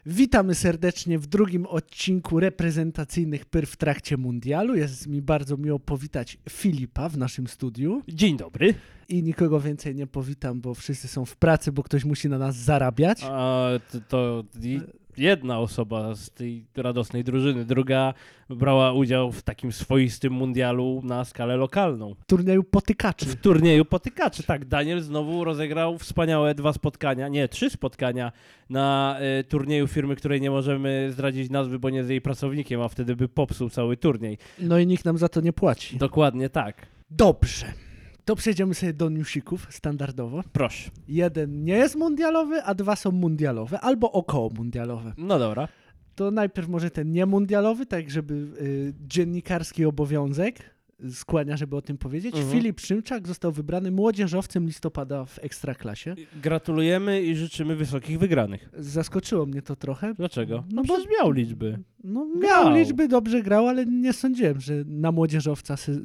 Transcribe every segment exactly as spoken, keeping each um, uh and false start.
Witamy serdecznie w drugim odcinku reprezentacyjnych pyr w trakcie mundialu. Jest mi bardzo miło powitać Filipa w naszym studiu. Dzień dobry. I nikogo więcej nie powitam, bo wszyscy są w pracy, bo ktoś musi na nas zarabiać. A, to, to jedna osoba z tej radosnej drużyny, druga brała udział w takim swoistym mundialu na skalę lokalną. W turnieju potykaczy. W turnieju potykaczy, tak. Daniel znowu rozegrał wspaniałe dwa spotkania, nie, trzy spotkania na y, turnieju firmy, której nie możemy zdradzić nazwy, bo nie jest jej pracownikiem, a wtedy by popsuł cały turniej. No i nikt nam za to nie płaci. Dokładnie tak. Dobrze. To przejdziemy sobie do newsików standardowo. Proszę. Jeden nie jest mundialowy, a dwa są mundialowe albo około mundialowe. No dobra. To najpierw może ten niemundialowy, tak żeby y, dziennikarski obowiązek skłania, żeby o tym powiedzieć. Mhm. Filip Szymczak został wybrany młodzieżowcem listopada w Ekstraklasie. Gratulujemy i życzymy wysokich wygranych. Zaskoczyło mnie to trochę. Dlaczego? No bo miał liczby. No miał grał. liczby, dobrze grał, ale nie sądziłem, że na młodzieżowca sy,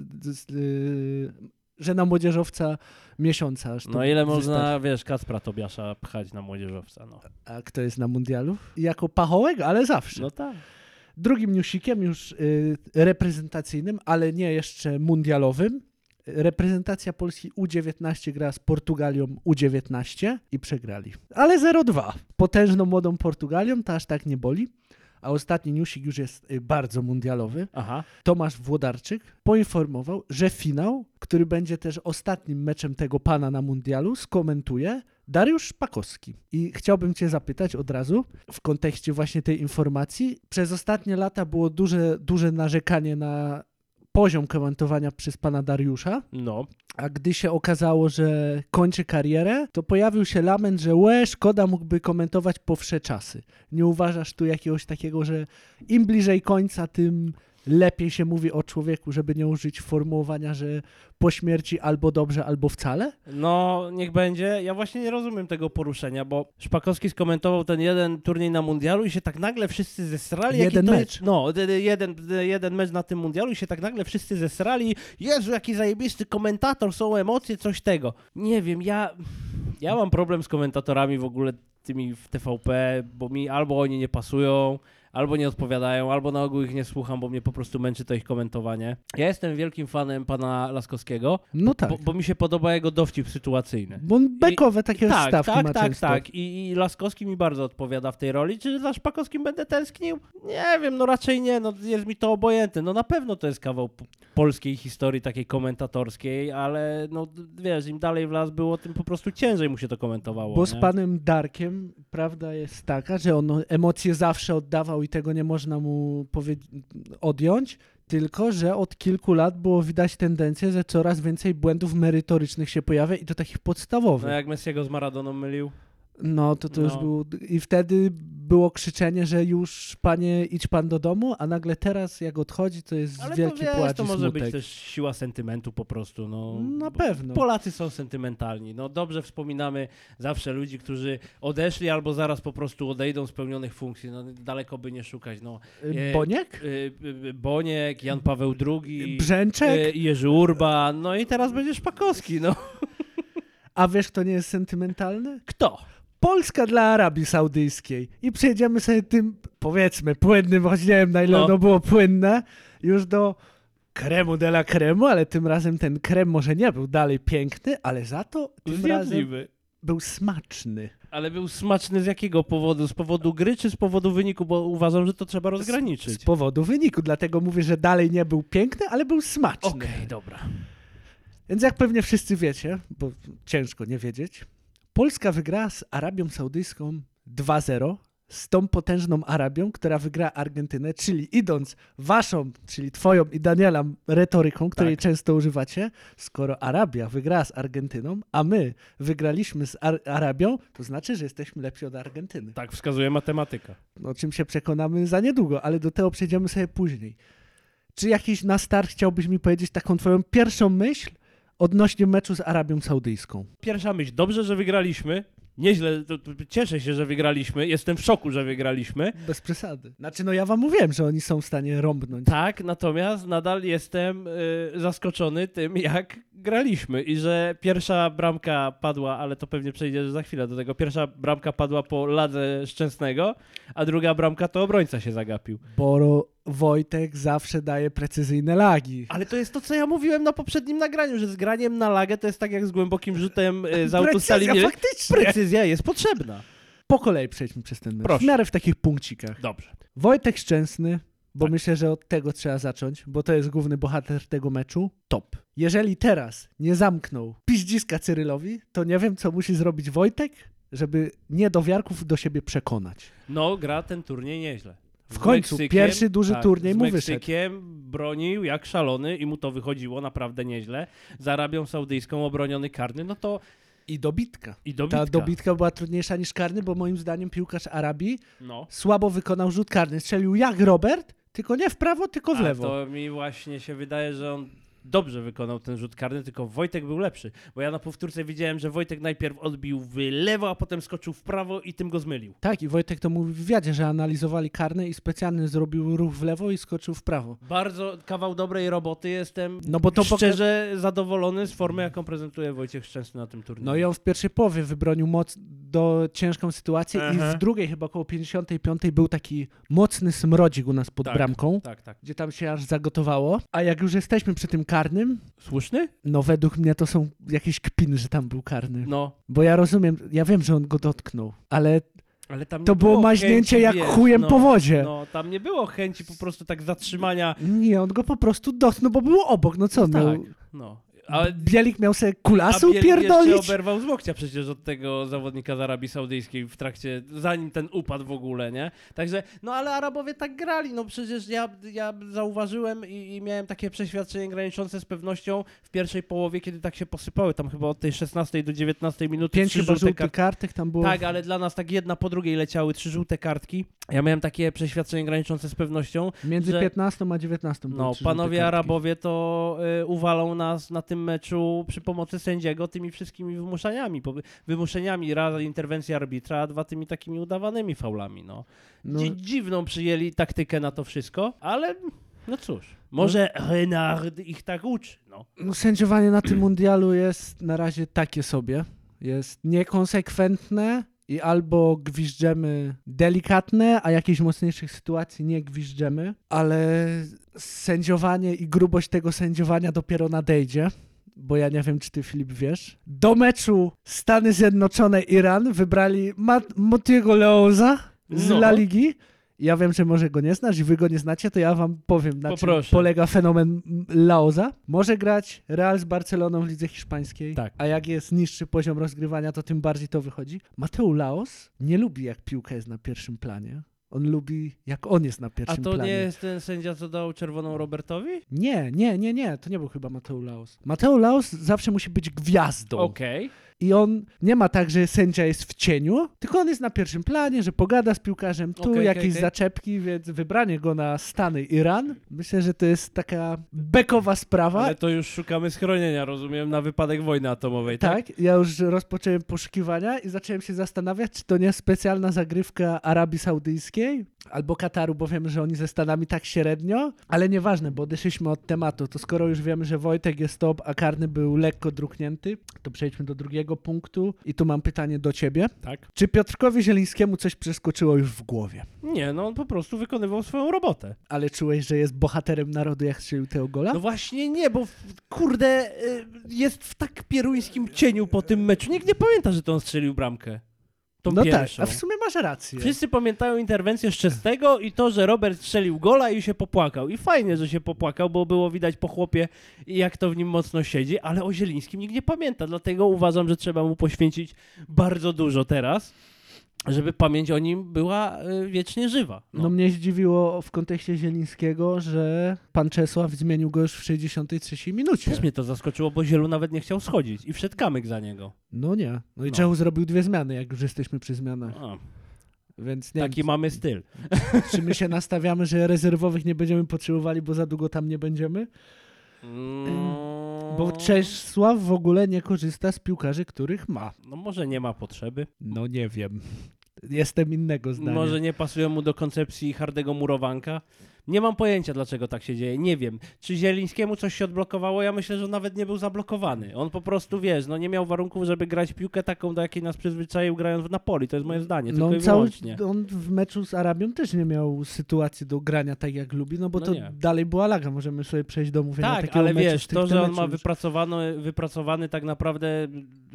y, że na młodzieżowca miesiąca. Aż no ile można, wystać. wiesz, Kacpra Tobiasza pchać na młodzieżowca. No. A kto jest na mundialu? Jako pachołek, ale zawsze. No tak. Drugim newsikiem już y, reprezentacyjnym, ale nie jeszcze mundialowym. Reprezentacja Polski U dziewiętnaście gra z Portugalią U dziewiętnaście i przegrali. Ale zero dwa. Potężną młodą Portugalią, to aż tak nie boli. A ostatni newsik już jest bardzo mundialowy. Aha. Tomasz Włodarczyk poinformował, że finał, który będzie też ostatnim meczem tego pana na mundialu, skomentuje Dariusz Szpakowski. I chciałbym cię zapytać od razu, w kontekście właśnie tej informacji, przez ostatnie lata było duże, duże narzekanie na poziom komentowania przez pana Dariusza. No. A gdy się okazało, że kończy karierę, to pojawił się lament, że łe, szkoda, mógłby komentować po wsze czasy. Nie uważasz tu jakiegoś takiego, że im bliżej końca, tym lepiej się mówi o człowieku, żeby nie użyć formułowania, że po śmierci albo dobrze, albo wcale? No, niech będzie. Ja właśnie nie rozumiem tego poruszenia, bo Szpakowski skomentował ten jeden turniej na mundialu i się tak nagle wszyscy zesrali. Jeden mecz. Jest, no, jeden, jeden mecz na tym mundialu i się tak nagle wszyscy zesrali. Jezu, jaki zajebisty komentator, są emocje, coś tego. Nie wiem, ja, ja mam problem z komentatorami w ogóle tymi w T V P, bo mi albo oni nie pasują, albo nie odpowiadają, albo na ogół ich nie słucham, bo mnie po prostu męczy to ich komentowanie. Ja jestem wielkim fanem pana Laskowskiego, no tak. bo, bo mi się podoba jego dowcip sytuacyjny. Bo on bekowe I, takie tak, stawki tak, ma tak, często. Tak, I, I Laskowski mi bardzo odpowiada w tej roli. Czy za Szpakowskim będę tęsknił? Nie wiem, no raczej nie, no jest mi to obojętne. No na pewno to jest kawał p- polskiej historii takiej komentatorskiej, ale no wiesz, im dalej w las było, tym po prostu ciężej mu się to komentowało. Bo nie? z panem Darkiem prawda jest taka, że on emocje zawsze oddawał i tego nie można mu powie- odjąć, tylko że od kilku lat było widać tendencję, że coraz więcej błędów merytorycznych się pojawia i to takich podstawowych. No jak Messiego z Maradoną mylił. No to to no. już było... I wtedy było krzyczenie, że już panie, idź pan do domu, a nagle teraz jak odchodzi, to jest Ale wielki to wiesz, płacz to i może smutek. być też siła sentymentu po prostu. No, Na pewno. Polacy są sentymentalni. No dobrze wspominamy zawsze ludzi, którzy odeszli albo zaraz po prostu odejdą z pełnionych funkcji. No daleko by nie szukać. No, e, Boniek? E, Boniek, Jan Paweł drugi. Brzęczek? E, Jerzy Urban. No i teraz będzie Szpakowski. No. A wiesz, kto nie jest sentymentalny? Kto? Polska dla Arabii Saudyjskiej. I przejdziemy sobie tym, powiedzmy, płynnym, choć nie wiem na ile no. ono było płynne, już do kremu de la cremu, ale tym razem ten krem może nie był dalej piękny, ale za to tym Zjadliwy. razem był smaczny. Ale był smaczny z jakiego powodu? Z powodu gry czy z powodu wyniku? Bo uważam, że to trzeba rozgraniczyć. Z, z powodu wyniku, dlatego mówię, że dalej nie był piękny, ale był smaczny. Okej, okay, dobra. Więc jak pewnie wszyscy wiecie, bo ciężko nie wiedzieć, Polska wygrała z Arabią Saudyjską dwa zero, z tą potężną Arabią, która wygra Argentynę, czyli idąc waszą, czyli twoją i Daniela retoryką, której tak. często używacie, skoro Arabia wygrała z Argentyną, a my wygraliśmy z Ar- Arabią, to znaczy, że jesteśmy lepsi od Argentyny. Tak wskazuje matematyka. O czym się przekonamy za niedługo, ale do tego przejdziemy sobie później. Czy jakiś na start chciałbyś mi powiedzieć taką twoją pierwszą myśl odnośnie meczu z Arabią Saudyjską? Pierwsza myśl, dobrze, że wygraliśmy. Nieźle, to, to cieszę się, że wygraliśmy. Jestem w szoku, że wygraliśmy. Bez przesady. Znaczy, no ja wam mówiłem, że oni są w stanie rąbnąć. Tak, natomiast nadal jestem y, zaskoczony tym, jak graliśmy i że pierwsza bramka padła, ale to pewnie przejdzie za chwilę do tego, pierwsza bramka padła po ladze Szczęsnego, a druga bramka to obrońca się zagapił. Bo Wojtek zawsze daje precyzyjne lagi. Ale to jest to, co ja mówiłem na poprzednim nagraniu, że z graniem na lagę to jest tak jak z głębokim rzutem y, z autostali. Precyzja, faktycznie. Precyzja jest potrzebna. Po kolei przejdźmy przez ten mecz. Proszę. W miarę w takich punkcikach. Dobrze. Wojtek Szczęsny, bo Tak. myślę, że od tego trzeba zacząć, bo to jest główny bohater tego meczu. Top. Jeżeli teraz nie zamknął piździska Cyrylowi, to nie wiem, co musi zrobić Wojtek, żeby niedowiarków do siebie przekonać. No, gra ten turniej nieźle. W końcu, pierwszy duży tak, turniej z mu wyszedł. Meksykiem bronił jak szalony i mu to wychodziło naprawdę nieźle. Z Arabią Saudyjską obroniony karny, no to I dobitka. i dobitka. Ta dobitka była trudniejsza niż karny, bo moim zdaniem piłkarz Arabii No. słabo wykonał rzut karny. Strzelił jak Robert, tylko nie w prawo, tylko w A lewo. to mi właśnie się wydaje, że on dobrze wykonał ten rzut karny, tylko Wojtek był lepszy. Bo ja na powtórce widziałem, że Wojtek najpierw odbił w lewo, a potem skoczył w prawo i tym go zmylił. Tak, i Wojtek to mówi w wywiadzie, że analizowali karne i specjalnie zrobił ruch w lewo i skoczył w prawo. Bardzo kawał dobrej roboty, jestem No bo to poka- szczerze zadowolony z formy, jaką prezentuje Wojciech Szczęsny na tym turnieju. No i on w pierwszej połowie wybronił moc do ciężką sytuację Aha. i w drugiej chyba około pięćdziesiątej piątej był taki mocny smrodzik u nas pod Tak. bramką, Tak, tak. gdzie tam się aż zagotowało. A jak już jesteśmy przy tym karnym, Słuszny? no według mnie to są jakieś kpiny, że tam był karny. No. Bo ja rozumiem, ja wiem, że on go dotknął, ale Ale tam nie to było chęci, maźnięcie jak wiesz, chujem no, po wodzie. No, tam nie było chęci po prostu tak zatrzymania. Nie, on go po prostu dotknął, bo było obok. No co on tak, miał? no. Ale Bielik miał sobie a kulasu Bielik jeszcze pierdolić? oberwał z łokcia przecież od tego zawodnika z Arabii Saudyjskiej w trakcie, zanim ten upadł w ogóle, nie? Także, no ale Arabowie tak grali, no przecież ja, ja zauważyłem i, i miałem takie przeświadczenie graniczące z pewnością w pierwszej połowie, kiedy tak się posypały, tam chyba od tej szesnastej do dziewiętnastej minuty Pięć trzy chyba żółte żółtych kartki. kartek tam było. Tak, ale dla nas tak jedna po drugiej leciały trzy żółte kartki. Ja miałem takie przeświadczenie graniczące z pewnością. Między że- piętnastą a dziewiętnastą były No, trzy żółte panowie kartki. Arabowie to y, uwalą nas na tym meczu przy pomocy sędziego tymi wszystkimi wymuszaniami, po, wymuszeniami, raz interwencja arbitra, a dwa tymi takimi udawanymi faulami, no. No, Dzi- dziwną przyjęli taktykę na to wszystko, ale no cóż, może Renard ich tak uczy, no. no, sędziowanie na tym mundialu jest na razie takie sobie. Jest niekonsekwentne i albo gwiżdżemy delikatne, a jakichś mocniejszych sytuacji nie gwiżdżemy, ale sędziowanie i grubość tego sędziowania dopiero nadejdzie. Bo ja nie wiem, czy ty, Filip, wiesz. Do meczu Stany Zjednoczone-Iran wybrali Mat- Motiego Leoza z No. La Ligi. Ja wiem, że może go nie znasz i wy go nie znacie, to ja wam powiem, na czym Poproszę. polega fenomen Laoza. Może grać Real z Barceloną w lidze hiszpańskiej, Tak. a jak jest niższy poziom rozgrywania, to tym bardziej to wychodzi. Mateu Laos nie lubi, jak piłka jest na pierwszym planie. On lubi, jak on jest na A pierwszym to planie. nie jest ten sędzia, co dał czerwoną Robertowi? Nie, nie, nie, nie, to nie był chyba Mateu Laos. Mateu Laos zawsze musi być gwiazdą. Okej. I on nie ma tak, że sędzia jest w cieniu, tylko on jest na pierwszym planie, że pogada z piłkarzem, tu Okej, jakieś okej, okej. zaczepki, więc wybranie go na Stany Iran, myślę, że to jest taka bekowa sprawa. Ale to już szukamy schronienia, rozumiem, na wypadek wojny atomowej, tak? Tak, ja już rozpocząłem poszukiwania i zacząłem się zastanawiać, czy to nie specjalna zagrywka Arabii Saudyjskiej albo Kataru, bo wiemy, że oni ze Stanami tak średnio, ale nieważne, bo odeszliśmy od tematu. To skoro już wiemy, że Wojtek jest top, a karny był lekko druknięty, to przejdźmy do drugiego punktu i tu mam pytanie do ciebie. Tak. Czy Piotrkowi Zielińskiemu coś przeskoczyło już w głowie? Nie, no on po prostu wykonywał swoją robotę. Ale czułeś, że jest bohaterem narodu, jak strzelił tego gola? No właśnie nie, bo w- kurde, y, jest w tak pieruńskim cieniu po tym meczu. Nikt nie pamięta, że to on strzelił bramkę. Tą no tak, pierwszą. a w sumie masz rację. Wszyscy pamiętają interwencję Szczęsnego i to, że Robert strzelił gola i się popłakał. I fajnie, że się popłakał, bo było widać po chłopie, jak to w nim mocno siedzi, ale o Zielińskim nikt nie pamięta, dlatego uważam, że trzeba mu poświęcić bardzo dużo teraz, żeby pamięć o nim była y, wiecznie żywa. No. mnie zdziwiło w kontekście Zielińskiego, że pan Czesław zmienił go już w sześćdziesiątej trzeciej minucie. Też mnie to zaskoczyło, bo Zielu nawet nie chciał schodzić i wszedł kamyk za niego. No nie. No i No. Czechu zrobił dwie zmiany, jak już jesteśmy przy zmianach. A, Więc nie taki wiem, mamy styl. czy my się nastawiamy, że rezerwowych nie będziemy potrzebowali, bo za długo tam nie będziemy? No, Bo Czesław w ogóle nie korzysta z piłkarzy, których ma. no może nie ma potrzeby. No nie wiem. Jestem innego zdania. Może nie pasują mu do koncepcji hardego murowanka. Nie mam pojęcia, dlaczego tak się dzieje. Nie wiem. Czy Zielińskiemu coś się odblokowało? Ja myślę, że nawet nie był zablokowany. On po prostu, wiesz, no nie miał warunków, żeby grać piłkę taką, do jakiej nas przyzwyczaił grając w Napoli. To jest moje zdanie, No tylko on, i cały, wyłącznie. on w meczu z Arabią też nie miał sytuacji do grania tak jak lubi, no bo No to nie. dalej była laga. Możemy sobie przejść do mówienia Tak, takiego ale meczu wiesz, stricte to, że on meczu ma już. wypracowany, wypracowany tak naprawdę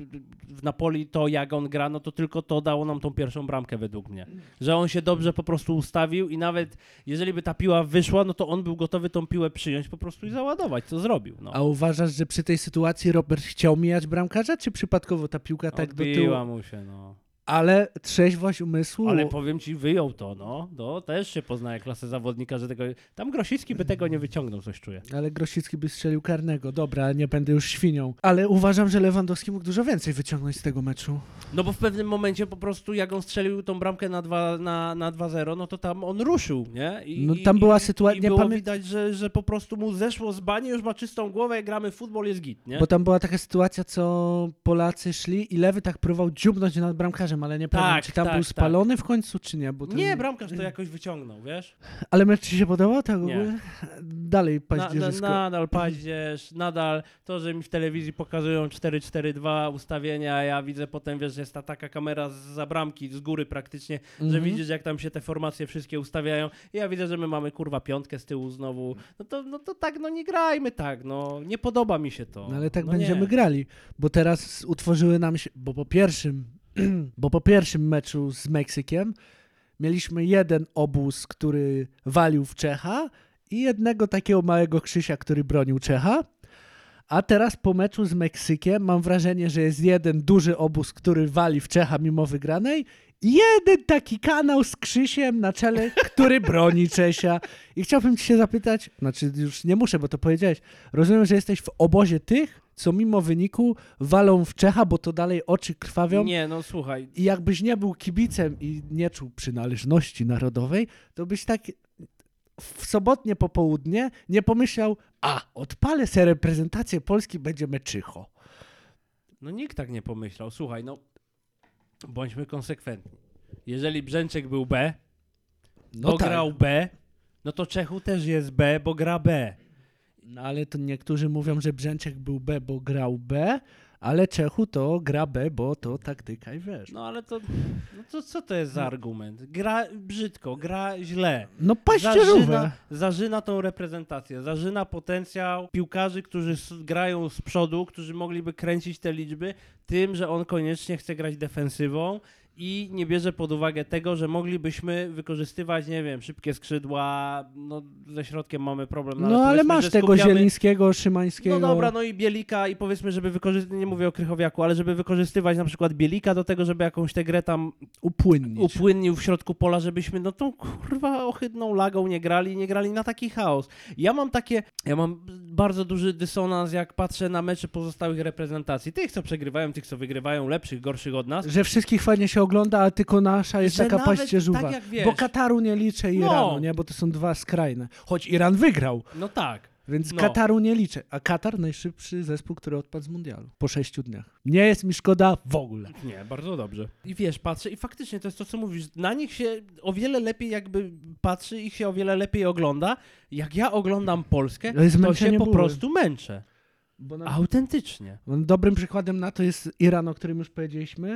w Napoli to, jak on gra, no to tylko to dało nam tą pierwszą bramkę według mnie. Że on się dobrze po prostu ustawił i nawet jeżeli by ta piła wyszła, no to on był gotowy tą piłę przyjąć po prostu i załadować, co zrobił. No. A uważasz, że przy tej sytuacji Robert chciał mijać bramkarza, czy przypadkowo ta piłka tak do tyłu? Odbiła mu się, no. Ale trzeźwość umysłu... Ale powiem ci, wyjął to, no. To też się poznaje klasę zawodnika, że tego... Tam Grosicki by tego nie wyciągnął, coś czuję. Ale Grosicki by strzelił karnego. Dobra, nie będę już świnią. Ale uważam, że Lewandowski mógł dużo więcej wyciągnąć z tego meczu. No bo w pewnym momencie po prostu, jak on strzelił tą bramkę na dwa na, na dwa zero, no to tam on ruszył, nie? I, No tam była i, sytuacja- I nie było pamię- widać, że, że po prostu mu zeszło z bani, już ma czystą głowę, gramy w futbol, jest git, nie? Bo tam była taka sytuacja, co Polacy szli i Lewy tak próbował dziubnąć nad bramkarzem, ale nie pamiętam, Tak, czy tam tak, był tak. spalony w końcu, czy nie. Bo ten... Nie, bramkarz to jakoś wyciągnął, wiesz? Ale mecz ci się podobał? Tak Nie. ogólnie? Dalej Na, na, paździerzysko. nadal paździerz, nadal to, że mi w telewizji pokazują cztery cztery dwa ustawienia, ja widzę potem, wiesz, że jest ta taka kamera za bramki, z góry praktycznie, że Mhm. widzisz, jak tam się te formacje wszystkie ustawiają i ja widzę, że my mamy kurwa piątkę z tyłu znowu, no to, no to tak, no nie grajmy tak, no nie podoba mi się to. No ale tak no będziemy nie. grali, bo teraz utworzyły nam się, bo po pierwszym, bo po pierwszym meczu z Meksykiem mieliśmy jeden obóz, który walił w Czecha i jednego takiego małego Krzysia, który bronił Czecha. A teraz po meczu z Meksykiem mam wrażenie, że jest jeden duży obóz, który wali w Czecha mimo wygranej i jeden taki kanał z Krzysiem na czele, który broni Czesia. I chciałbym ci się zapytać, znaczy już nie muszę, bo to powiedziałeś, rozumiem, że jesteś w obozie tych, co mimo wyniku walą w Czecha, bo to dalej oczy krwawią. Nie, no słuchaj, I jakbyś nie był kibicem i nie czuł przynależności narodowej, to byś tak w sobotnie popołudnie nie pomyślał, a odpalę sobie reprezentację Polski, będzie meczycho. no nikt tak nie pomyślał, słuchaj, no bądźmy konsekwentni. Jeżeli Brzęczek był B, No bo tak. grał B, no to Czechu też jest B, bo gra B. No ale to niektórzy mówią, że Brzęczek był B, bo grał B, ale Czechu to gra B, bo to taktyka i wiesz. No ale to, no to co to jest za argument? Gra brzydko, gra źle. No paździerzowe. Zażyna, zażyna tą reprezentację, zażyna potencjał piłkarzy, którzy s- grają z przodu, którzy mogliby kręcić te liczby tym, że on koniecznie chce grać defensywą i nie bierze pod uwagę tego, że moglibyśmy wykorzystywać, nie wiem, szybkie skrzydła, no ze środkiem mamy problem. No ale powiedzmy, masz że tego skupiamy- Zielińskiego, Szymańskiego. No dobra, no i Bielika i powiedzmy, żeby wykorzystywać, nie mówię o Krychowiaku, ale żeby wykorzystywać na przykład Bielika do tego, żeby jakąś tę grę tam upłynnić. upłynnił w środku pola, żebyśmy no tą kurwa ohydną lagą nie grali, nie grali na taki chaos. Ja mam takie, ja mam bardzo duży dysonans, jak patrzę na mecze pozostałych reprezentacji. Tych, co przegrywają, tych, co wygrywają, lepszych, gorszych od nas. Że wszystkich fajnie się ogląda, a tylko nasza jest Że taka nawet paździerzuwa. tak jak wiesz. Bo Kataru nie liczę i No. Iranu, nie? Bo to są dwa skrajne. Choć Iran wygrał, No tak. więc No. Kataru nie liczę. A Katar najszybszy zespół, który odpadł z mundialu. Po sześciu dniach. Nie jest mi szkoda w ogóle. Nie, bardzo dobrze. I wiesz, patrzę i faktycznie to jest to, co mówisz. Na nich się o wiele lepiej jakby patrzy, ich się o wiele lepiej ogląda. Jak ja oglądam Polskę, To jest to się zmęczenie po buły. prostu męczę. Bo na... Autentycznie. Dobrym przykładem na to jest Iran, o którym już powiedzieliśmy,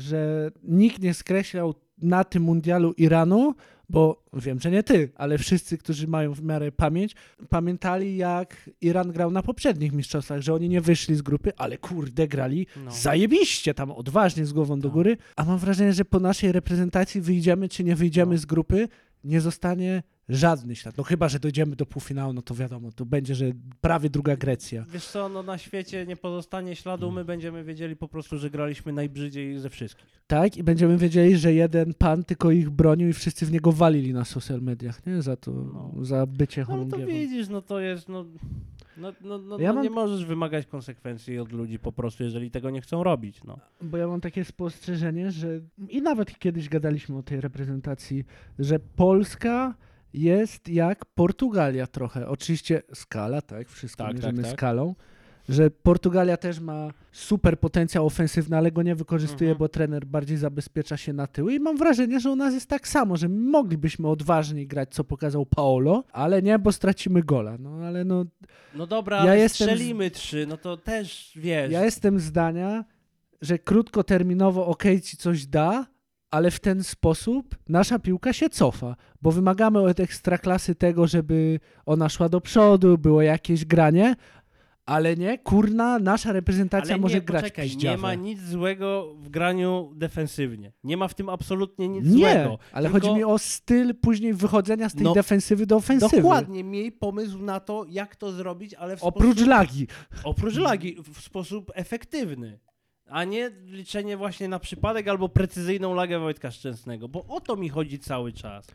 że nikt nie skreślał na tym mundialu Iranu, bo wiem, że nie ty, ale wszyscy, którzy mają w miarę pamięć, pamiętali jak Iran grał na poprzednich mistrzostwach, że oni nie wyszli z grupy, ale kurde grali No. zajebiście tam, odważnie z głową do No. góry, a mam wrażenie, że po naszej reprezentacji wyjdziemy czy nie wyjdziemy No. z grupy, nie zostanie żadny ślad. No chyba, że dojdziemy do półfinału, no to wiadomo, to będzie, że prawie druga Grecja. Wiesz co, no na świecie nie pozostanie śladu, my będziemy wiedzieli po prostu, że graliśmy najbrzydziej ze wszystkich. Tak, i będziemy wiedzieli, że jeden pan tylko ich bronił i wszyscy w niego walili na social mediach, nie? Za to, No. za bycie No, no to chorągiewą. widzisz, no to jest, no, no, no, no, Ja no mam- nie możesz wymagać konsekwencji od ludzi po prostu, jeżeli tego nie chcą robić, no. Bo ja mam takie spostrzeżenie, że i nawet kiedyś gadaliśmy o tej reprezentacji, że Polska jest jak Portugalia trochę. Oczywiście skala, tak, wszystko Tak, mierzymy tak, tak. skalą, że Portugalia też ma super potencjał ofensywny, ale go nie wykorzystuje, Mhm. bo trener bardziej zabezpiecza się na tyły i mam wrażenie, że u nas jest tak samo, że moglibyśmy odważniej grać, co pokazał Paolo, ale nie, bo stracimy gola. No ale no, No dobra, Ja ale jestem z- strzelimy trzy, no to też, wiesz... ja jestem zdania, że krótkoterminowo okej ci coś da, ale w ten sposób nasza piłka się cofa, bo wymagamy od Ekstraklasy tego, żeby ona szła do przodu, było jakieś granie, ale nie, kurna, nasza reprezentacja Ale może nie, grać poczekaj, piździawę. nie ma nic złego w graniu defensywnie. Nie ma w tym absolutnie nic Nie, złego. ale Tylko chodzi mi o styl później wychodzenia z tej No, defensywy do ofensywy. dokładnie, miej pomysł na to, jak to zrobić, ale w Oprócz sposób... lagi. Oprócz lagi, w sposób efektywny. A nie liczenie właśnie na przypadek albo precyzyjną lagę Wojtka Szczęsnego, bo o to mi chodzi cały czas.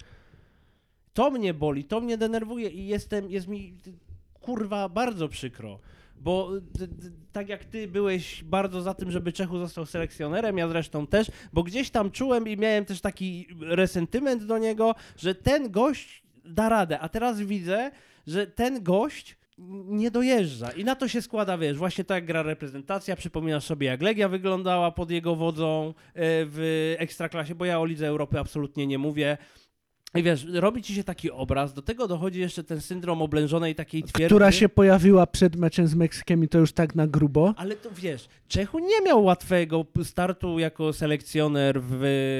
To mnie boli, to mnie denerwuje i jestem, jest mi kurwa bardzo przykro. Bo d, d, tak jak ty byłeś bardzo za tym, żeby Czechu został selekcjonerem, ja zresztą też, bo gdzieś tam czułem i miałem też taki resentyment do niego, że ten gość da radę, a teraz widzę, że ten gość nie dojeżdża i na to się składa, wiesz, właśnie tak jak gra reprezentacja, przypominasz sobie jak Legia wyglądała pod jego wodzą e, w Ekstraklasie, bo ja o Lidze Europy absolutnie nie mówię. I wiesz, robi ci się taki obraz, do tego dochodzi jeszcze ten syndrom oblężonej takiej twierdzy. Która się pojawiła przed meczem z Meksykiem i to już tak na grubo. Ale to wiesz, Czechu nie miał łatwego startu jako selekcjoner w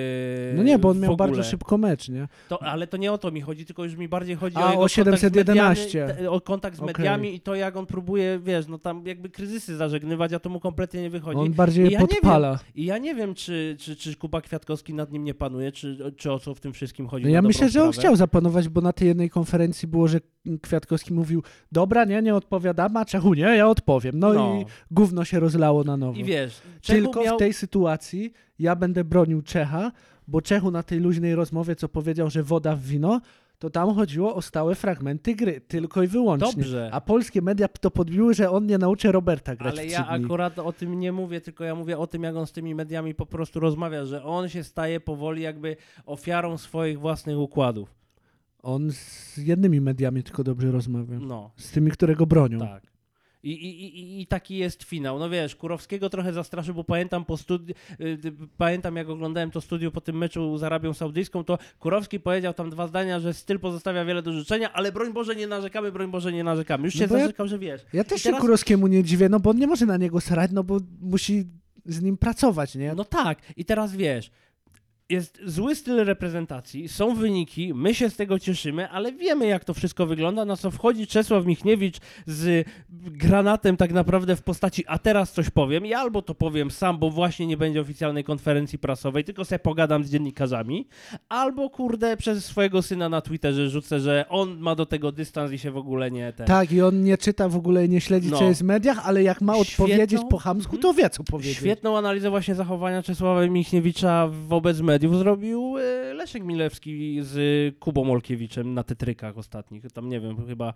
No nie, bo on w miał ogóle. bardzo szybko mecz, nie? To, ale to nie o to mi chodzi, tylko już mi bardziej chodzi A, o jego o siedemset jedenaście. kontakt z mediami, te- o kontakt z Okej. mediami i to jak on próbuje, wiesz, no tam jakby kryzysy zażegnywać, a to mu kompletnie nie wychodzi. On bardziej I je ja nie podpala. I ja nie wiem, czy, czy, czy Kuba Kwiatkowski nad nim nie panuje, czy, czy o co w tym wszystkim chodzi. No na ja dobrą myślę, że on sprawę. chciał zapanować, bo na tej jednej konferencji było, że Kwiatkowski mówił, dobra, nie, nie odpowiadam, a Czechu nie, ja odpowiem. No, No. i gówno się rozlało na nowo. I wiesz, Czechu Tylko miał... w tej sytuacji ja będę bronił Czecha, bo Czechu na tej luźnej rozmowie, co powiedział, że woda w wino, to tam chodziło o stałe fragmenty gry, tylko i wyłącznie. Dobrze. A polskie media to podbiły, że on nie nauczy Roberta grać Ale w ja trzy dni. akurat o tym nie mówię, tylko ja mówię o tym, jak on z tymi mediami po prostu rozmawia, że on się staje powoli jakby ofiarą swoich własnych układów. On z jednymi mediami tylko dobrze rozmawia. No, Z tymi, które go bronią. tak. I, i, i, I taki jest finał. No wiesz, Kurowskiego trochę zastraszył, bo pamiętam po studi- y, y, pamiętam jak oglądałem to studio po tym meczu z Arabią Saudyjską, to Kurowski powiedział tam dwa zdania, że styl pozostawia wiele do życzenia, ale broń Boże nie narzekamy, broń Boże nie narzekamy. Już No się bo ja- zarzekał, że wiesz. Ja też I teraz- się Kurowskiemu nie dziwię, no bo on nie może na niego sarać, no bo musi z nim pracować, nie? No tak. I teraz wiesz, jest zły styl reprezentacji, są wyniki, my się z tego cieszymy, ale wiemy jak to wszystko wygląda, na co wchodzi Czesław Michniewicz z granatem tak naprawdę w postaci, a teraz coś powiem, ja albo to powiem sam, bo właśnie nie będzie oficjalnej konferencji prasowej, tylko sobie pogadam z dziennikarzami, albo kurde przez swojego syna na Twitterze rzucę, że on ma do tego dystans i się w ogóle nie ten... Tak, i on nie czyta w ogóle i nie śledzi, No. co jest w mediach, ale jak ma odpowiedzieć Świetną- po chamsku, to wie, co powiedzieć. Świetną analizę właśnie zachowania Czesława Michniewicza wobec mediów zrobił e, Leszek Milewski z Kubą Olkiewiczem na tetrykach ostatnich. Tam nie wiem, chyba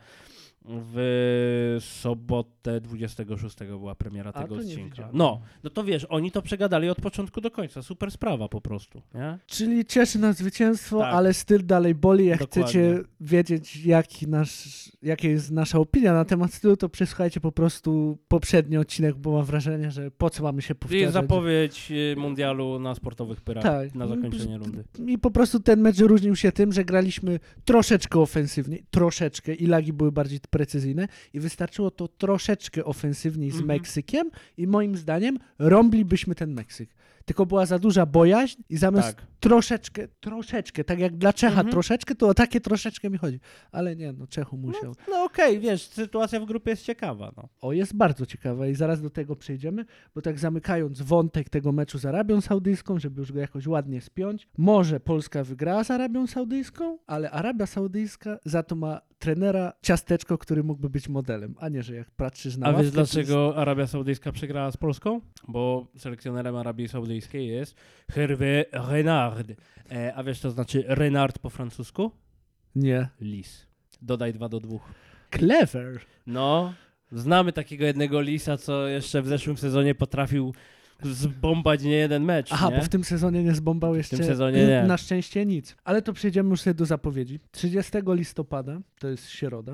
w sobotę dwudziestego szóstego była premiera A, tego to nie odcinka. widziałem. No, no to wiesz, oni to przegadali od początku do końca. Super sprawa po prostu, nie? Czyli cieszy nas zwycięstwo, Tak. ale styl dalej boli. Jak Dokładnie. chcecie wiedzieć, jaki nasz, jaka jest nasza opinia na temat stylu, to przesłuchajcie po prostu poprzedni odcinek, bo mam wrażenie, że po co mamy się I powtarzać. zapowiedź e, mundialu na sportowych pyrach Tak. na zakończenie rundy. I po prostu ten mecz różnił się tym, że graliśmy troszeczkę ofensywniej, troszeczkę i lagi były bardziej precyzyjne i wystarczyło to troszeczkę ofensywniej z Mhm. Meksykiem i moim zdaniem rąblibyśmy ten Meksyk. Tylko była za duża bojaźń i zamiast Tak. troszeczkę, troszeczkę, tak jak dla Czecha Mhm. troszeczkę, to o takie troszeczkę mi chodzi. Ale nie, no Czechu musiał. No, no okej, wiesz, sytuacja w grupie jest ciekawa, no. O, jest bardzo ciekawa i zaraz do tego przejdziemy, bo tak zamykając wątek tego meczu z Arabią Saudyjską, żeby już go jakoś ładnie spiąć, może Polska wygrała z Arabią Saudyjską, ale Arabia Saudyjska za to ma trenera Ciasteczko, który mógłby być modelem, a nie, że jak patrzysz na A ławkę, wiesz to jest- dlaczego Arabia Saudyjska przegrała z Polską? Bo selekcjonerem Arabii Saudyjskiej jest Hervé Renard. E, a wiesz co znaczy Renard po francusku? Nie. Lis. Dodaj dwa do dwóch. Clever. No, znamy takiego jednego lisa, co jeszcze w zeszłym sezonie potrafił zbombać nie jeden mecz, Aha, nie? bo w tym sezonie nie zbombał jeszcze. sezonie nie. Na szczęście nic. Ale to przejdziemy już sobie do zapowiedzi. trzydziestego listopada, to jest środa,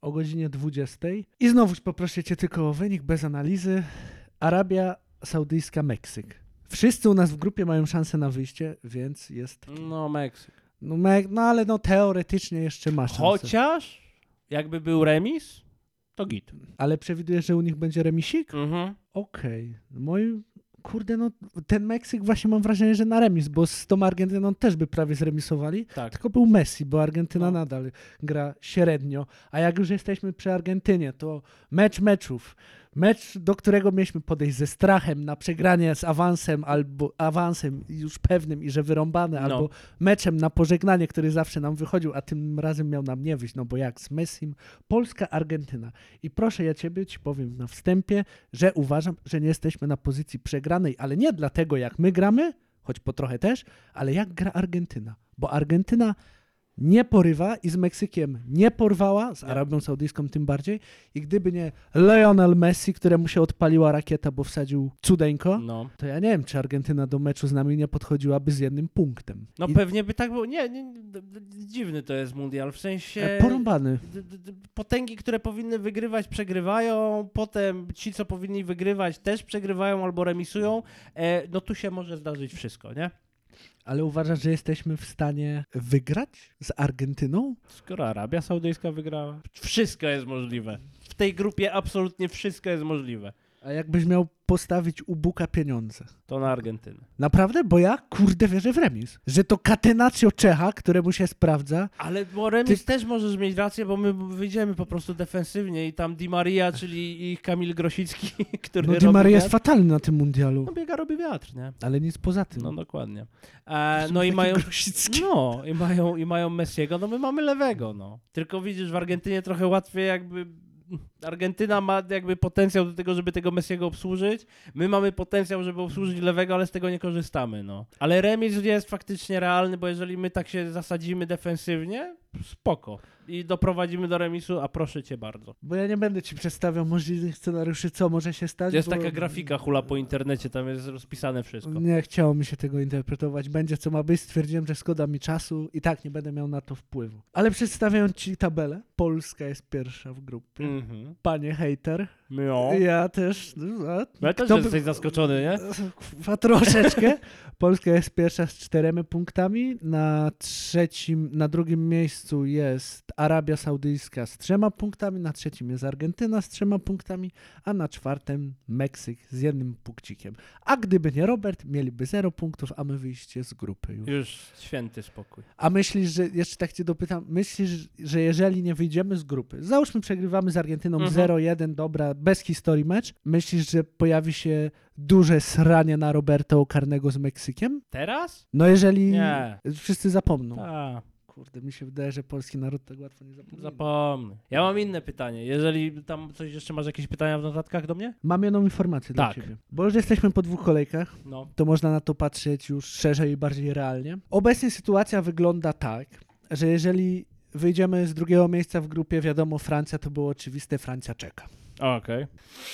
o godzinie dwudziestej. I znowuż poproszę cię tylko o wynik, bez analizy. Arabia Saudyjska, Meksyk. Wszyscy u nas w grupie mają szansę na wyjście, więc jest... No, Meksyk. No, me... no ale no teoretycznie jeszcze ma szansę. Chociaż jakby był remis, to git. Ale przewidujesz, że u nich będzie remisik? Mhm. Okej. Okay. Moi... Kurde, no ten Meksyk właśnie mam wrażenie, że na remis, bo z tą Argentyną też by prawie zremisowali. Tak. Tylko był Messi, bo Argentyna No. nadal gra średnio. A jak już jesteśmy przy Argentynie, to mecz meczów. Mecz, do którego mieliśmy podejść ze strachem na przegranie z awansem, albo awansem już pewnym i że wyrąbany, No. albo meczem na pożegnanie, który zawsze nam wychodził, a tym razem miał nam nie wyjść, no bo jak z Messim. Polska, Argentyna. I proszę ja ciebie, ci powiem na wstępie, że uważam, że nie jesteśmy na pozycji przegranej, ale nie dlatego jak my gramy, choć po trochę też, ale jak gra Argentyna. Bo Argentyna nie porywa i z Meksykiem nie porwała, z Arabią Saudyjską tym bardziej. I gdyby nie Lionel Messi, któremu się odpaliła rakieta, bo wsadził cudeńko, No, to ja nie wiem, czy Argentyna do meczu z nami nie podchodziłaby z jednym punktem. no I pewnie by tak było. Nie, nie, d- d- dziwny to jest mundial, w sensie... e, porąbany. d- d- d- Potęgi, które powinny wygrywać, przegrywają, potem ci, co powinni wygrywać, też przegrywają albo remisują. E, no tu się może zdarzyć wszystko, nie? Ale uważasz, że jesteśmy w stanie wygrać z Argentyną? Skoro Arabia Saudyjska wygrała, wszystko jest możliwe. W tej grupie absolutnie wszystko jest możliwe. A jakbyś miał postawić u Buka pieniądze? To na Argentynę. Naprawdę? Bo ja, kurde, wierzę w remis. Że to catenaccio Czecha, któremu się sprawdza. Ale bo remis Ty- też możesz mieć rację, bo my wyjdziemy po prostu defensywnie i tam Di Maria, czyli ich Kamil Grosicki, który No robi Di Maria wiatr, jest fatalny na tym mundialu. no biega, robi wiatr, nie? Ale nic poza tym. No dokładnie. E, Są no i takie mają... Grosickie. No, i mają, i mają Messiego, no my mamy lewego, no. Tylko widzisz, w Argentynie trochę łatwiej jakby... Argentyna ma jakby potencjał do tego, żeby tego Messiego obsłużyć. My mamy potencjał, żeby obsłużyć lewego, ale z tego nie korzystamy, no. Ale remis jest faktycznie realny, bo jeżeli my tak się zasadzimy defensywnie, spoko. I doprowadzimy do remisu, a proszę cię bardzo. Bo ja nie będę ci przedstawiał możliwych scenariuszy, co może się stać. Jest bo... taka grafika hula po internecie, tam jest rozpisane wszystko. Nie chciało mi się tego interpretować. Będzie co ma być. Stwierdziłem, że szkoda mi czasu i tak nie będę miał na to wpływu. Ale przedstawiając ci tabelę, Polska jest pierwsza w grupie. Mhm. Panie hejter. No. Ja też. No, a Ja też kto by- jesteś zaskoczony, nie? Kurwa, troszeczkę. Polska jest pierwsza z czterema punktami. Na trzecim, na drugim miejscu jest Arabia Saudyjska z trzema punktami. Na trzecim jest Argentyna z trzema punktami. A na czwartym Meksyk z jednym punkcikiem. A gdyby nie Robert, mieliby zero punktów, a my wyjście z grupy już. Już święty spokój. A myślisz, że, jeszcze tak cię dopytam, myślisz, że jeżeli nie wyjdziemy z grupy, załóżmy przegrywamy z Argentyną Mhm. zero jeden, dobra, bez historii mecz, myślisz, że pojawi się duże sranie na Roberto karnego z Meksykiem? Teraz? No jeżeli Nie. wszyscy zapomną. Tak. Kurde, mi się wydaje, że polski naród tak łatwo nie zapomni. Zapomnę. Ja mam inne pytanie. Jeżeli tam coś jeszcze masz, jakieś pytania w notatkach do mnie? Mam jedną informację dla Tak. ciebie. Bo już jesteśmy po dwóch kolejkach, No. to można na to patrzeć już szerzej i bardziej realnie. Obecnie sytuacja wygląda tak, że jeżeli wyjdziemy z drugiego miejsca w grupie, wiadomo, Francja to było oczywiste, Francja czeka. Okej.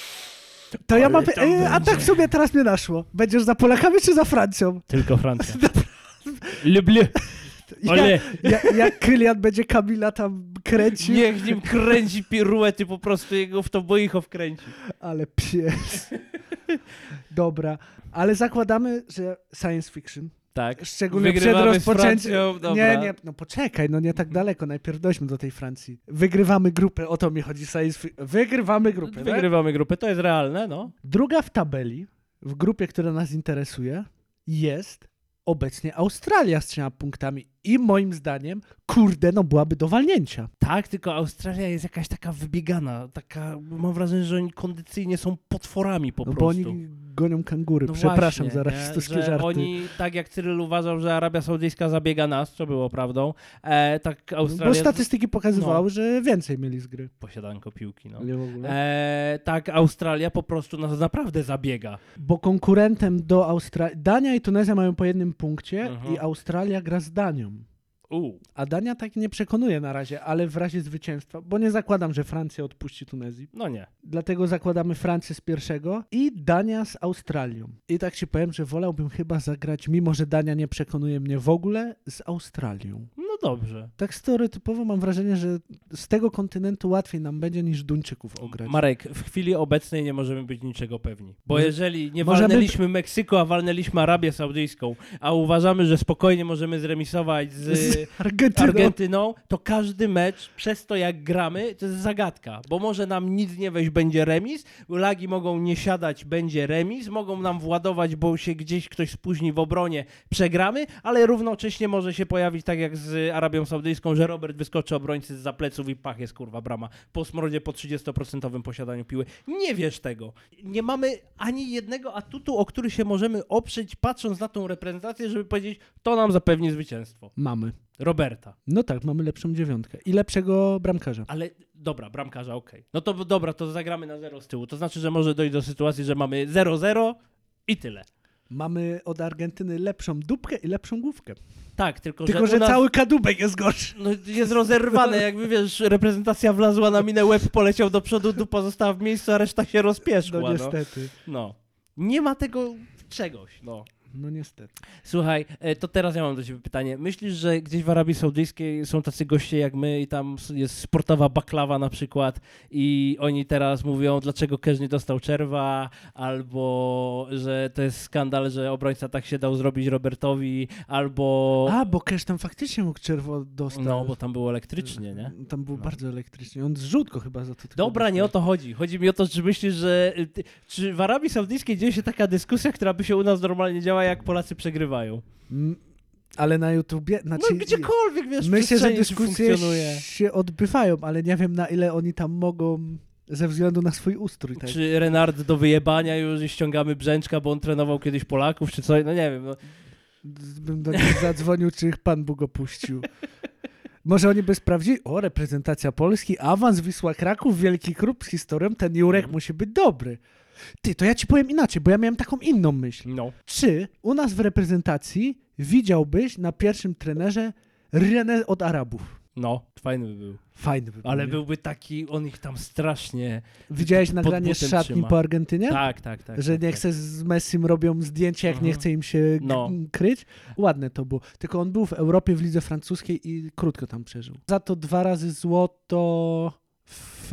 To ja Ale mam... tam E, a będzie. tak sobie teraz mnie naszło. Będziesz za Polakami czy za Francją? Tylko Francja. Lubię. Ja, Ale ja, jak Kylian będzie Kamila tam kręcił, niech nim kręci piruety, po prostu jego w to boichow kręci. ale pies. Dobra, ale zakładamy, że science fiction, Tak. szczególnie przed Wygrywamy z rozpoczęciem... Francją, dobra. Nie, nie, no poczekaj, no nie tak daleko, najpierw dojdźmy do tej Francji. Wygrywamy grupę, o to mi chodzi, science fiction. Wygrywamy grupę, tak? Wygrywamy grupę, to jest realne, no. Druga w tabeli, w grupie, która nas interesuje, jest obecnie Australia z trzema punktami i moim zdaniem, kurde, no byłaby do walnięcia. Tak, tylko Australia jest jakaś taka wybiegana, taka, mam wrażenie, że oni kondycyjnie są potworami po No bo prostu. oni gonią kangury, No przepraszam właśnie, za nie? rasistowskie Że żarty. Oni, tak jak Cyryl uważał, że Arabia Saudyjska zabiega nas, co było prawdą, e, tak Australia... Bo statystyki pokazywały, No. że więcej mieli z gry. Posiadanko piłki, no. Nie w ogóle. E, tak Australia po prostu nas naprawdę zabiega. Bo konkurentem do Australii... Dania i Tunezja mają po jednym punkcie Mhm. i Australia gra z Danią. U. A Dania tak nie przekonuje na razie, ale w razie zwycięstwa, bo nie zakładam, że Francja odpuści Tunezji. No nie. Dlatego zakładamy Francję z pierwszego i Dania z Australią. I tak ci powiem, że wolałbym chyba zagrać, mimo że Dania nie przekonuje mnie w ogóle, z Australią. No dobrze. Tak stereotypowo mam wrażenie, że z tego kontynentu łatwiej nam będzie niż Duńczyków ograć. Marek, w chwili obecnej nie możemy być niczego pewni. Bo Może- jeżeli nie możemy- walnęliśmy Meksyku, a walnęliśmy Arabię Saudyjską, a uważamy, że spokojnie możemy zremisować z, Z Argentyną. Argentyną, to każdy mecz przez to jak gramy, to jest zagadka. Bo może nam nic nie wejść, będzie remis, lagi mogą nie siadać, będzie remis, mogą nam władować, bo się gdzieś ktoś spóźni w obronie, przegramy, ale równocześnie może się pojawić tak jak z Arabią Saudyjską, że Robert wyskoczy obrońcy zza pleców i pach, jest kurwa brama. Po smrodzie, po trzydzieści procent posiadaniu piły. Nie wiesz tego. Nie mamy ani jednego atutu, o który się możemy oprzeć, patrząc na tą reprezentację, żeby powiedzieć, to nam zapewni zwycięstwo. Mamy. Roberta. No tak, mamy lepszą dziewiątkę i lepszego bramkarza. Ale dobra, bramkarza, okej. No to dobra, to zagramy na zero z tyłu. To znaczy, że może dojść do sytuacji, że mamy zero zero i tyle. Mamy od Argentyny lepszą dupkę i lepszą główkę. Tak, tylko, Tylko, że, że u nas, cały kadłubek jest gorszy. no, jest rozerwane, jakby wiesz, reprezentacja wlazła na minę, łeb poleciał do przodu, dupa została w miejscu, a reszta się rozpieszła. No No, niestety. no. Nie ma tego czegoś, no. No niestety. Słuchaj, e, to teraz ja mam do ciebie pytanie. Myślisz, że gdzieś w Arabii Saudyjskiej są tacy goście jak my i tam s- jest sportowa baklawa na przykład i oni teraz mówią, dlaczego Kesz nie dostał czerwa, albo że to jest skandal, że obrońca tak się dał zrobić Robertowi, albo... A, bo Kesz tam faktycznie mógł czerwo dostać. No, bo tam było elektrycznie, nie? Tam było No. bardzo elektrycznie. On zrzut go chyba za to. tylko Dobra, nie o dostał. to chodzi. Chodzi mi o to, czy myślisz, że... y, ty- Czy w Arabii Saudyjskiej dzieje się taka dyskusja, która by się u nas normalnie działa, jak Polacy przegrywają? Mm, Ale na YouTubie, znaczy... No gdziekolwiek, wiesz, w Myślę, że przestrzeni dyskusje funkcjonuje. się odbywają, ale nie wiem, na ile oni tam mogą ze względu na swój ustrój. Tak? Czy Renard do wyjebania już i ściągamy Brzęczka, bo on trenował kiedyś Polaków, czy coś? No nie wiem. No. Bym do nich zadzwonił, czy ich Pan Bóg opuścił. Może oni by sprawdzili, o, reprezentacja Polski, awans Wisła Kraków, wielki klub z historią, ten Jurek Mhm. musi być dobry. Ty, to ja ci powiem inaczej, bo ja miałem taką inną myśl. no. Czy u nas w reprezentacji widziałbyś na pierwszym trenerze René od Arabów? No, fajny by był. Fajny by był. Ale nie? byłby taki, on ich tam strasznie... Widziałeś pod nagranie z butem szatni trzyma. po Argentynie? Tak, tak, tak. Że tak, nie tak. chce z Messim robią zdjęcia, jak nie Mhm. chce im się g- No. kryć. Ładne to było. Tylko on był w Europie, w lidze francuskiej i krótko tam przeżył. Za to dwa razy złoto w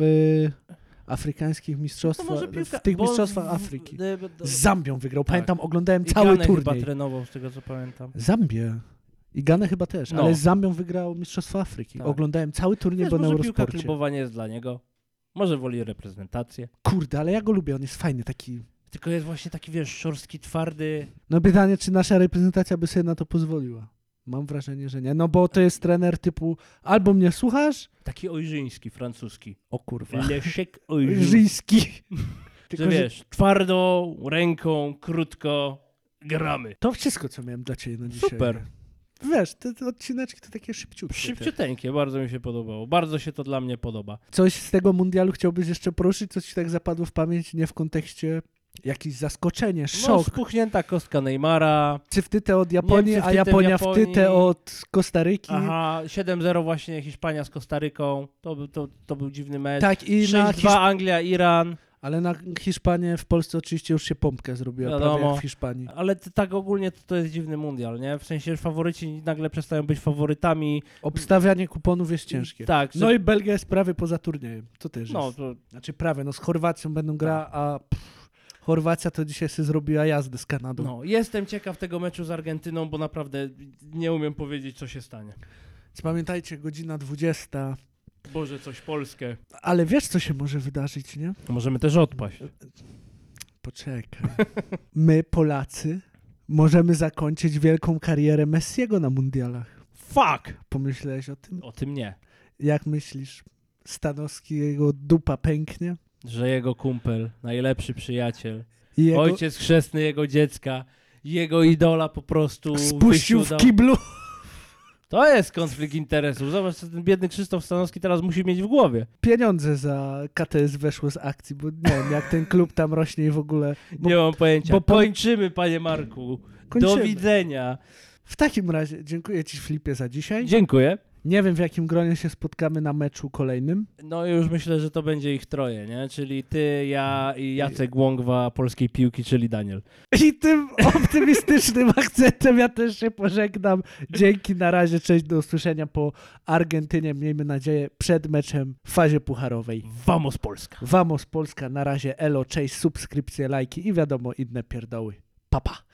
afrykańskich To mistrzostwach, może piłka, w tych bo mistrzostwach w- Afryki. d- d- Z Zambią wygrał. Tak. Pamiętam, oglądałem I cały Gane chyba turniej. trenował, z tego co pamiętam. Zambię. I Ganę chyba też, No. ale z Zambią wygrał Mistrzostwa Afryki. Tak. Oglądałem cały turniej, Wiesz, bo na może piłka Eurosporcie. klubowa nie jest dla niego. Może woli reprezentację. Kurde, ale ja go lubię, on jest fajny, taki... Tylko jest właśnie taki, wiesz, szorstki, twardy. No pytanie, czy nasza reprezentacja by sobie na to pozwoliła? Mam wrażenie, że nie. No bo to jest trener typu albo mnie słuchasz, Taki ojrzyński, francuski. o kurwa, Leszek Ojrzyński. żyjski. Że wiesz, twardą, ręką, krótko, gramy. To wszystko, co miałem dla ciebie na dzisiaj. Super. Wiesz, te, te odcineczki to takie szybciutkie. te. Szybciuteńkie, bardzo mi się podobało. Bardzo się to dla mnie podoba. Coś z tego mundialu chciałbyś jeszcze poruszyć? Coś ci tak zapadło w pamięć, nie w kontekście jakieś zaskoczenie, No, szok? spuchnięta kostka Neymara. Czy wtytę od Japonii, Niemcy a wtyte w Japonia Japonii. wtytę od Kostaryki? Aha, siedem zero właśnie Hiszpania z Kostaryką. To, był- to, to był dziwny mecz. Tak, i na sześć dwa Hiszp- Anglia, Iran. ale na Hiszpanię w Polsce oczywiście już się pompkę zrobiła, Wiadomo. prawie jak w Hiszpanii. Ale t- tak ogólnie to, to jest dziwny mundial, nie? W sensie że faworyci nagle przestają być faworytami. Obstawianie kuponów jest ciężkie. Tak. No że- i Belgia jest prawie poza turniejem. To też no, jest. to, Znaczy prawie, no z Chorwacją będą gra, a pff, Chorwacja to dzisiaj sobie zrobiła jazdę z Kanadą. no, jestem ciekaw tego meczu z Argentyną, bo naprawdę nie umiem powiedzieć, co się stanie. Więc pamiętajcie, godzina dwudziesta. Boże, coś Polskę. Ale wiesz, co się może wydarzyć, nie? Możemy też odpaść. Poczekaj. My, Polacy, możemy zakończyć wielką karierę Messiego na mundialach. Fuck! Pomyślałeś o tym? O tym nie. Jak myślisz? Stanowski, jego dupa pęknie? Że jego kumpel, najlepszy przyjaciel, I jego ojciec chrzestny jego dziecka, jego idola po prostu spuścił w wysiudał. kiblu. To jest konflikt interesów. Zobacz, co ten biedny Krzysztof Stanowski teraz musi mieć w głowie. Pieniądze za K T S weszło z akcji, bo nie wiem, jak ten klub tam rośnie i w ogóle. Bo Nie mam pojęcia. bo po- Kończymy, panie Marku. kończymy. Do widzenia. W takim razie dziękuję ci, Filipie, za dzisiaj. Dziękuję. Nie wiem, w jakim gronie się spotkamy na meczu kolejnym. No już myślę, że to będzie ich troje, nie? Czyli ty, ja i Jacek Łągwa polskiej piłki, czyli Daniel. I tym optymistycznym akcentem ja też się pożegnam. Dzięki, na razie, cześć, do usłyszenia po Argentynie, miejmy nadzieję, przed meczem w fazie pucharowej. Vamos Polska! Vamos Polska, na razie, elo, cześć, subskrypcje, lajki i wiadomo, inne pierdoły. Pa, pa.